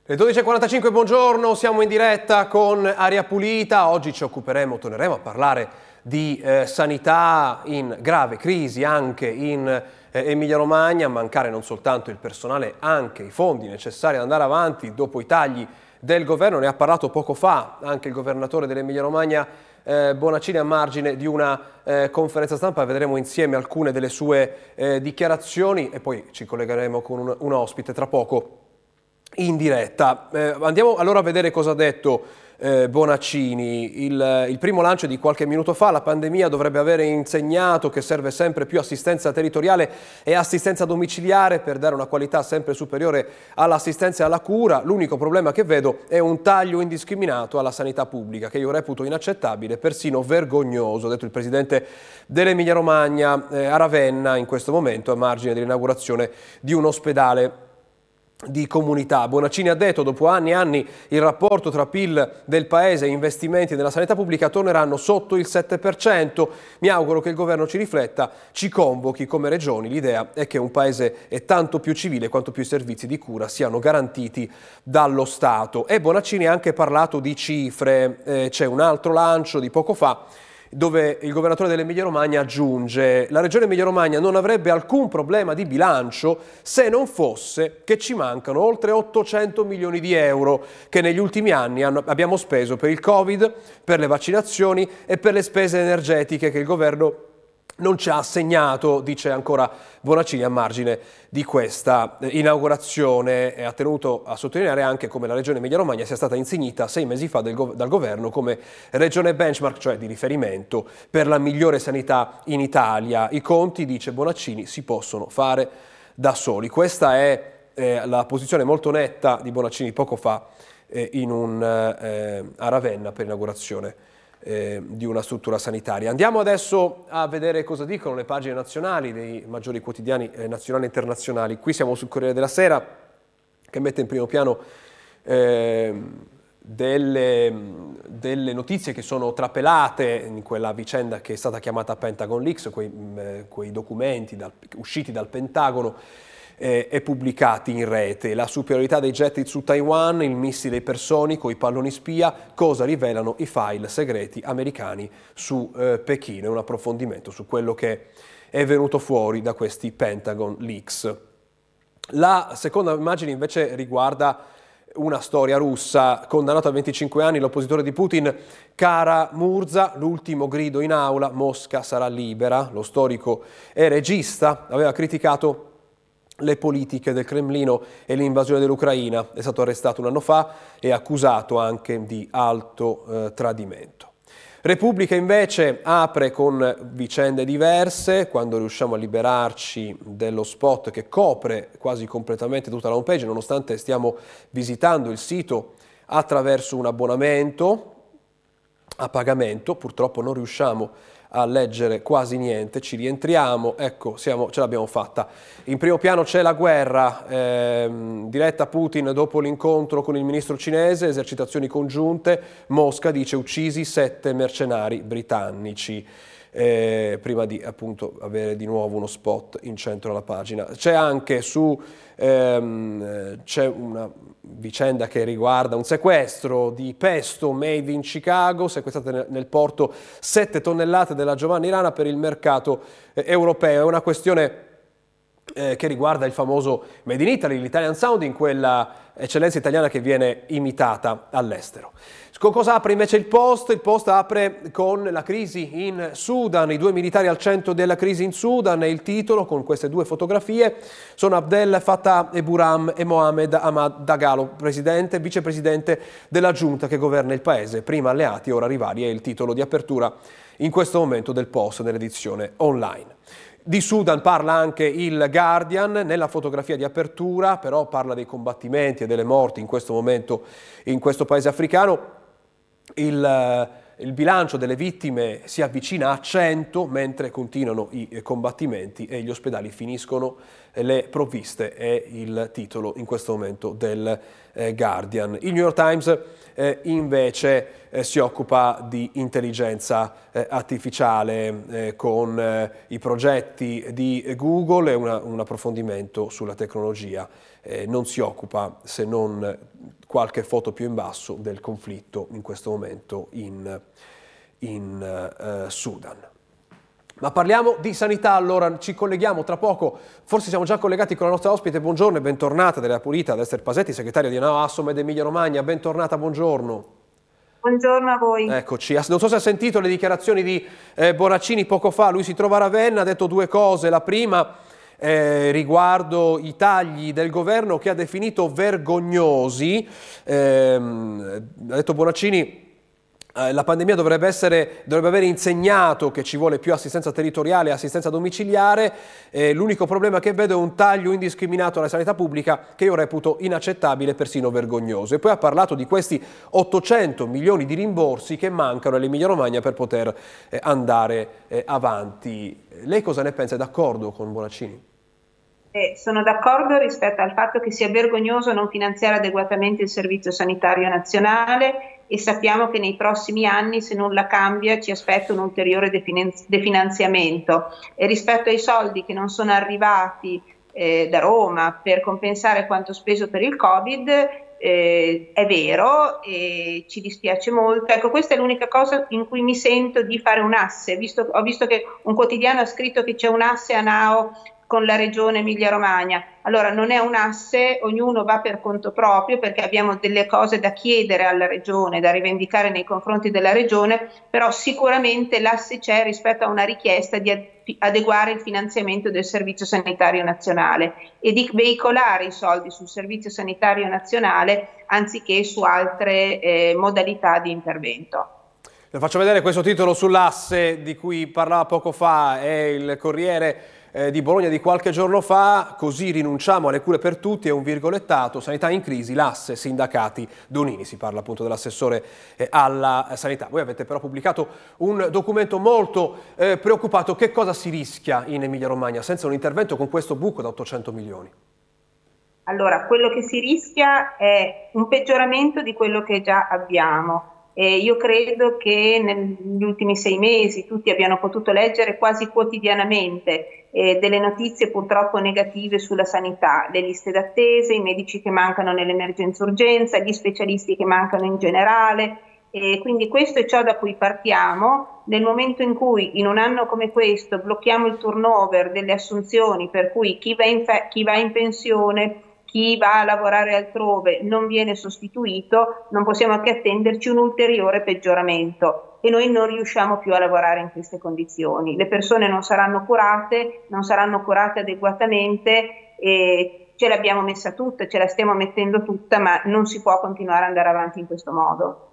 Le 12.45, buongiorno, siamo in diretta con Aria Pulita. Oggi torneremo a parlare di sanità in grave crisi anche in Emilia-Romagna, mancare non soltanto il personale, anche i fondi necessari ad andare avanti dopo i tagli del governo. Ne ha parlato poco fa anche il governatore dell'Emilia-Romagna Bonaccini a margine di una conferenza stampa. Vedremo insieme alcune delle sue dichiarazioni e poi ci collegheremo con un ospite tra poco in diretta. Andiamo allora a vedere cosa ha detto Bonaccini. Il primo lancio di qualche minuto fa: la pandemia dovrebbe avere insegnato che serve sempre più assistenza territoriale e assistenza domiciliare per dare una qualità sempre superiore all'assistenza e alla cura. L'unico problema che vedo è un taglio indiscriminato alla sanità pubblica, che io reputo inaccettabile, persino vergognoso, ha detto il presidente dell'Emilia Romagna a Ravenna in questo momento, a margine dell'inaugurazione di un ospedale di comunità. Bonaccini ha detto: dopo anni e anni il rapporto tra PIL del paese e investimenti nella sanità pubblica torneranno sotto il 7%. Mi auguro che il governo ci rifletta, ci convochi come regioni. L'idea è che un paese è tanto più civile quanto più i servizi di cura siano garantiti dallo Stato. E Bonaccini ha anche parlato di cifre. C'è un altro lancio di poco fa dove il governatore dell'Emilia-Romagna aggiunge: la regione Emilia-Romagna non avrebbe alcun problema di bilancio se non fosse che ci mancano oltre 800 milioni di euro che negli ultimi anni abbiamo speso per il Covid, per le vaccinazioni e per le spese energetiche che il governo non ci ha assegnato, dice ancora Bonaccini a margine di questa inaugurazione. E ha tenuto a sottolineare anche come la regione Emilia-Romagna sia stata insignita 6 mesi fa dal governo come regione benchmark, cioè di riferimento, per la migliore sanità in Italia. I conti, dice Bonaccini, si possono fare da soli. Questa è la posizione molto netta di Bonaccini poco fa a Ravenna per l'inaugurazione di una struttura sanitaria. Andiamo adesso a vedere cosa dicono le pagine nazionali dei maggiori quotidiani nazionali e internazionali. Qui siamo sul Corriere della Sera, che mette in primo piano delle notizie che sono trapelate in quella vicenda che è stata chiamata Pentagon Leaks, quei documenti usciti dal Pentagono e pubblicati in rete. La superiorità dei jet su Taiwan, il missile ipersonico, i palloni spia, cosa rivelano i file segreti americani su Pechino. Un approfondimento su quello che è venuto fuori da questi Pentagon Leaks. La seconda immagine invece riguarda una storia russa. Condannato a 25 anni l'oppositore di Putin Kara-Murza, l'ultimo grido in aula: Mosca sarà libera. Lo storico e regista aveva criticato le politiche del Cremlino e l'invasione dell'Ucraina. È stato arrestato un anno fa e accusato anche di alto tradimento. Repubblica invece apre con vicende diverse. Quando riusciamo a liberarci dello spot che copre quasi completamente tutta la homepage, nonostante stiamo visitando il sito attraverso un abbonamento a pagamento, purtroppo non riusciamo a leggere quasi niente. Ci rientriamo, ecco, ce l'abbiamo fatta. In primo piano c'è la guerra, diretta a Putin dopo l'incontro con il ministro cinese, esercitazioni congiunte, Mosca dice uccisi 7 mercenari britannici. Prima di appunto avere di nuovo uno spot in centro alla pagina. C'è anche c'è una vicenda che riguarda un sequestro di pesto made in Chicago, sequestrate nel porto 7 tonnellate della Giovanni Rana per il mercato europeo. È una questione che riguarda il famoso Made in Italy, l'Italian Sounding, quella eccellenza italiana che viene imitata all'estero. Con cosa apre invece il Post? Il Post apre con la crisi in Sudan, i 2 militari al centro della crisi in Sudan, e il titolo con queste 2 fotografie sono Abdel Fattah el-Burhan e Mohamed Ahmad Dagalo, presidente e vicepresidente della giunta che governa il paese, prima alleati, ora rivali, è il titolo di apertura in questo momento del Post nell'edizione online. Di Sudan parla anche il Guardian nella fotografia di apertura, però parla dei combattimenti e delle morti in questo momento in questo paese africano. Il bilancio delle vittime si avvicina a 100 mentre continuano i combattimenti e gli ospedali finiscono le provviste, è il titolo in questo momento del Guardian. Il New York Times invece si occupa di intelligenza artificiale con i progetti di Google e un approfondimento sulla tecnologia. Non si occupa, se non qualche foto più in basso, del conflitto in questo momento in Sudan. Ma parliamo di sanità, allora ci colleghiamo tra poco, forse siamo già collegati con la nostra ospite. Buongiorno e bentornata della Pulita, ad Ester Pasetti, segretaria di Assom ed Emilia Romagna. Bentornata, buongiorno. Buongiorno a voi. Eccoci, non so se ha sentito le dichiarazioni di Bonaccini poco fa. Lui si trova a Ravenna, ha detto due cose. La prima riguardo i tagli del governo che ha definito vergognosi. Ha detto Bonaccini: la pandemia dovrebbe aver insegnato che ci vuole più assistenza territoriale e assistenza domiciliare. L'unico problema che vedo è un taglio indiscriminato alla sanità pubblica che io reputo inaccettabile e persino vergognoso. E poi ha parlato di questi 800 milioni di rimborsi che mancano all'Emilia Romagna per poter andare avanti. Lei cosa ne pensa? È d'accordo con Bonaccini? Sono d'accordo rispetto al fatto che sia vergognoso non finanziare adeguatamente il Servizio Sanitario Nazionale, e sappiamo che nei prossimi anni, se nulla cambia, ci aspetta un ulteriore definanziamento. E rispetto ai soldi che non sono arrivati da Roma per compensare quanto speso per il Covid, è vero e ci dispiace molto. Ecco, questa è l'unica cosa in cui mi sento di fare un asse. Ho visto che un quotidiano ha scritto che c'è un asse a Nao con la regione Emilia-Romagna. Allora non è un asse, ognuno va per conto proprio, perché abbiamo delle cose da chiedere alla regione, da rivendicare nei confronti della regione, però sicuramente l'asse c'è rispetto a una richiesta di adeguare il finanziamento del Servizio Sanitario Nazionale e di veicolare i soldi sul Servizio Sanitario Nazionale anziché su altre modalità di intervento. Le faccio vedere questo titolo sull'asse di cui parlava poco fa, è il Corriere di Bologna di qualche giorno fa. Così rinunciamo alle cure per tutti, è un virgolettato: sanità in crisi, l'asse sindacati Donini. Si parla appunto dell'assessore alla sanità. Voi avete però pubblicato un documento molto preoccupato. Che cosa si rischia in Emilia Romagna senza un intervento con questo buco da 800 milioni? Allora, quello che si rischia è un peggioramento di quello che già abbiamo. Io credo che negli ultimi 6 mesi tutti abbiano potuto leggere quasi quotidianamente delle notizie purtroppo negative sulla sanità, le liste d'attesa, i medici che mancano nell'emergenza urgenza, gli specialisti che mancano in generale. Quindi questo è ciò da cui partiamo. Nel momento in cui in un anno come questo blocchiamo il turnover delle assunzioni, per cui chi va in pensione, chi va a lavorare altrove non viene sostituito, non possiamo che attenderci un ulteriore peggioramento e noi non riusciamo più a lavorare in queste condizioni. Le persone non saranno curate adeguatamente, e ce l'abbiamo messa tutta, ce la stiamo mettendo tutta, ma non si può continuare ad andare avanti in questo modo.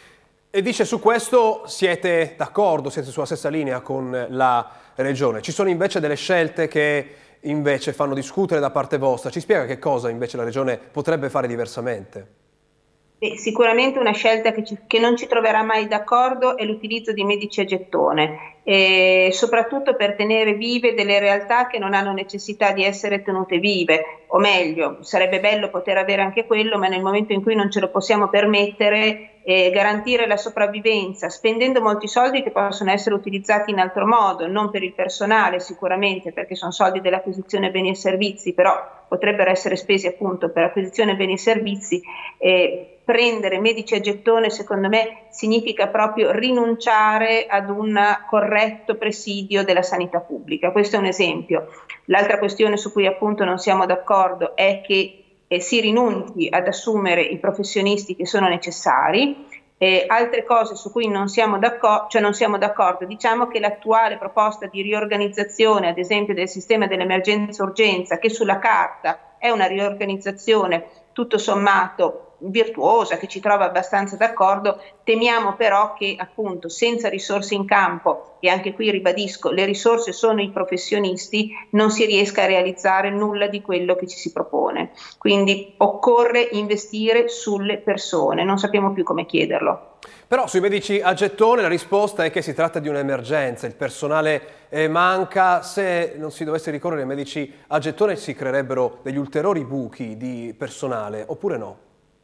E dice: su questo siete d'accordo, siete sulla stessa linea con la Regione. Ci sono invece delle scelte che invece fanno discutere da parte vostra. Ci spiega che cosa invece la Regione potrebbe fare diversamente? Sicuramente una scelta che non ci troverà mai d'accordo è l'utilizzo di medici a gettone, soprattutto per tenere vive delle realtà che non hanno necessità di essere tenute vive, o meglio, sarebbe bello poter avere anche quello, ma nel momento in cui non ce lo possiamo permettere, garantire la sopravvivenza spendendo molti soldi che possono essere utilizzati in altro modo, non per il personale sicuramente, perché sono soldi dell'acquisizione beni e servizi, però potrebbero essere spesi appunto per acquisizione beni e servizi. Prendere medici a gettone secondo me significa proprio rinunciare ad un corretto presidio della sanità pubblica. Questo è un esempio. L'altra questione su cui appunto non siamo d'accordo è che si rinunci ad assumere i professionisti che sono necessari. Altre cose su cui non siamo d'accordo, diciamo che l'attuale proposta di riorganizzazione, ad esempio del sistema dell'emergenza urgenza, che sulla carta è una riorganizzazione tutto sommato virtuosa, che ci trova abbastanza d'accordo, temiamo però che appunto senza risorse in campo, e anche qui ribadisco, le risorse sono i professionisti, non si riesca a realizzare nulla di quello che ci si propone. Quindi occorre investire sulle persone, non sappiamo più come chiederlo. Però sui medici a gettone la risposta è che si tratta di un'emergenza, il personale manca. Se non si dovesse ricorrere ai medici a gettone si creerebbero degli ulteriori buchi di personale, oppure no?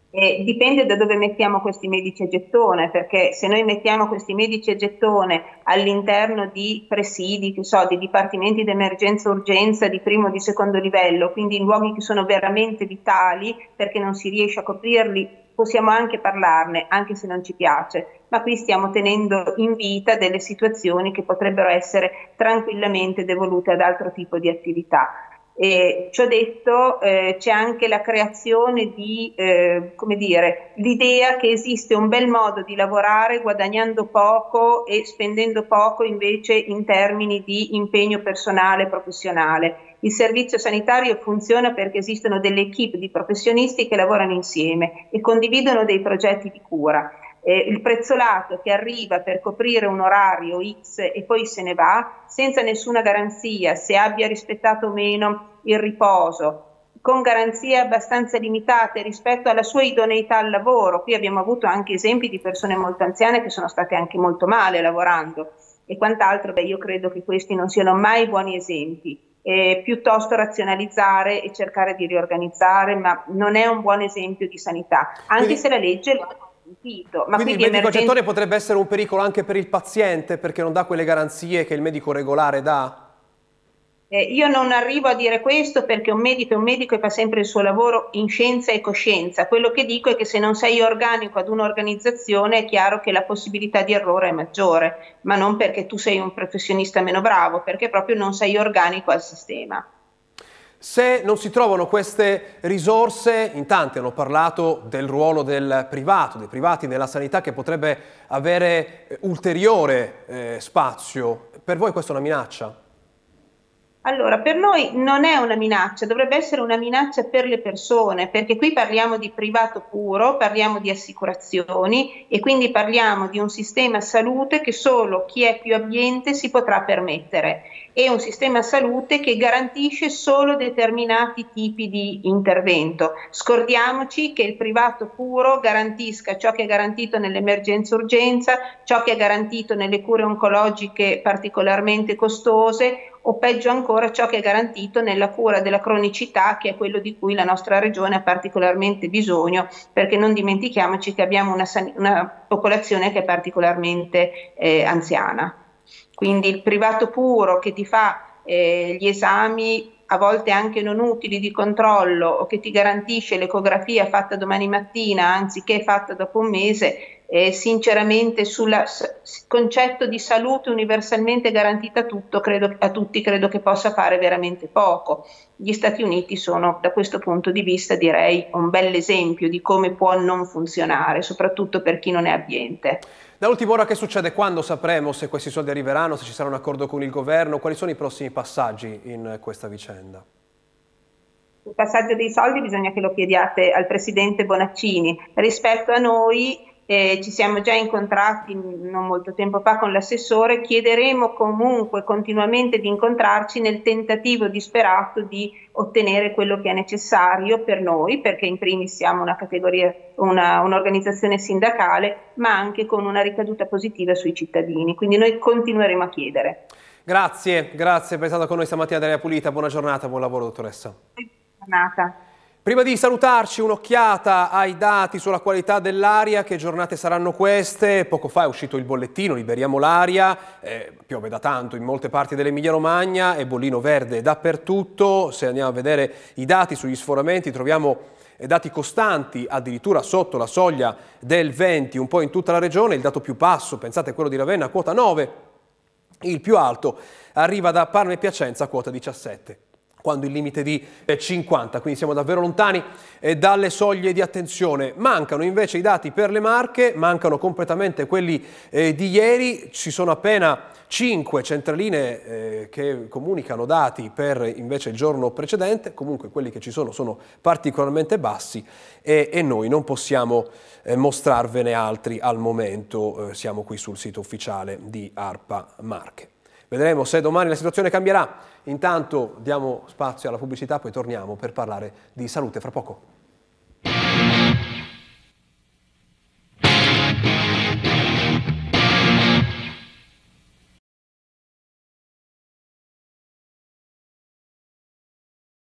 Dipende da dove mettiamo questi medici a gettone, perché se noi mettiamo questi medici a gettone all'interno di presidi, che so, di dipartimenti di emergenza urgenza di primo o di secondo livello, quindi in luoghi che sono veramente vitali perché non si riesce a coprirli, possiamo anche parlarne, anche se non ci piace, ma qui stiamo tenendo in vita delle situazioni che potrebbero essere tranquillamente devolute ad altro tipo di attività. Ciò detto, c'è anche la creazione di, come dire, l'idea che esiste un bel modo di lavorare guadagnando poco e spendendo poco invece in termini di impegno personale e professionale. Il servizio sanitario funziona perché esistono delle equip di professionisti che lavorano insieme e condividono dei progetti di cura. Il prezzolato che arriva per coprire un orario X e poi se ne va, senza nessuna garanzia se abbia rispettato o meno il riposo, con garanzie abbastanza limitate rispetto alla sua idoneità al lavoro. Qui abbiamo avuto anche esempi di persone molto anziane che sono state anche molto male lavorando e quant'altro. Io credo che questi non siano mai buoni esempi. Piuttosto razionalizzare e cercare di riorganizzare, ma non è un buon esempio di sanità, anche se la legge lo ha consentito. Ma quindi il medico a gettone potrebbe essere un pericolo anche per il paziente perché non dà quelle garanzie che il medico regolare dà? Io non arrivo a dire questo perché un medico è un medico e fa sempre il suo lavoro in scienza e coscienza. Quello che dico è che se non sei organico ad un'organizzazione è chiaro che la possibilità di errore è maggiore, ma non perché tu sei un professionista meno bravo, perché proprio non sei organico al sistema. Se non si trovano queste risorse, in tanti hanno parlato del ruolo del privato, dei privati nella sanità che potrebbe avere ulteriore spazio. Per voi questa è una minaccia? Allora, per noi non è una minaccia, dovrebbe essere una minaccia per le persone, perché qui parliamo di privato puro, parliamo di assicurazioni e quindi parliamo di un sistema salute che solo chi è più abbiente si potrà permettere e un sistema salute che garantisce solo determinati tipi di intervento. Scordiamoci che il privato puro garantisca ciò che è garantito nell'emergenza urgenza, ciò che è garantito nelle cure oncologiche particolarmente costose, o peggio ancora ciò che è garantito nella cura della cronicità, che è quello di cui la nostra regione ha particolarmente bisogno, perché non dimentichiamoci che abbiamo una popolazione che è particolarmente anziana. Quindi il privato puro che ti fa gli esami a volte anche non utili di controllo o che ti garantisce l'ecografia fatta domani mattina anziché fatta dopo un mese, sinceramente sul concetto di salute universalmente garantita a tutti credo che possa fare veramente poco. Gli Stati Uniti sono da questo punto di vista direi un bel esempio di come può non funzionare, soprattutto per chi non è abbiente. Da ultima ora che succede? Quando sapremo se questi soldi arriveranno, se ci sarà un accordo con il governo? Quali sono i prossimi passaggi in questa vicenda? Il passaggio dei soldi bisogna che lo chiediate al Presidente Bonaccini. Rispetto a noi ci siamo già incontrati non molto tempo fa con l'assessore, chiederemo comunque continuamente di incontrarci nel tentativo disperato di ottenere quello che è necessario per noi, perché in primis siamo una categoria, un'organizzazione sindacale, ma anche con una ricaduta positiva sui cittadini. Quindi noi continueremo a chiedere. Grazie per essere stata con noi stamattina ad Aria Pulita. Buona giornata, buon lavoro dottoressa. Buona giornata. Prima di salutarci, un'occhiata ai dati sulla qualità dell'aria. Che giornate saranno queste? Poco fa è uscito il bollettino, liberiamo l'aria, piove da tanto in molte parti dell'Emilia Romagna e bollino verde dappertutto. Se andiamo a vedere i dati sugli sforamenti troviamo dati costanti, addirittura sotto la soglia del 20 un po' in tutta la regione. Il dato più basso, pensate, è quello di Ravenna, quota 9, il più alto arriva da Parma e Piacenza, quota 17. Quando il limite di 50, quindi siamo davvero lontani dalle soglie di attenzione. Mancano invece i dati per le Marche, mancano completamente quelli di ieri, ci sono appena 5 centraline che comunicano dati per invece il giorno precedente, comunque quelli che ci sono particolarmente bassi e noi non possiamo mostrarvene altri al momento, siamo qui sul sito ufficiale di ARPA Marche. Vedremo se domani la situazione cambierà. Intanto diamo spazio alla pubblicità, poi torniamo per parlare di salute fra poco.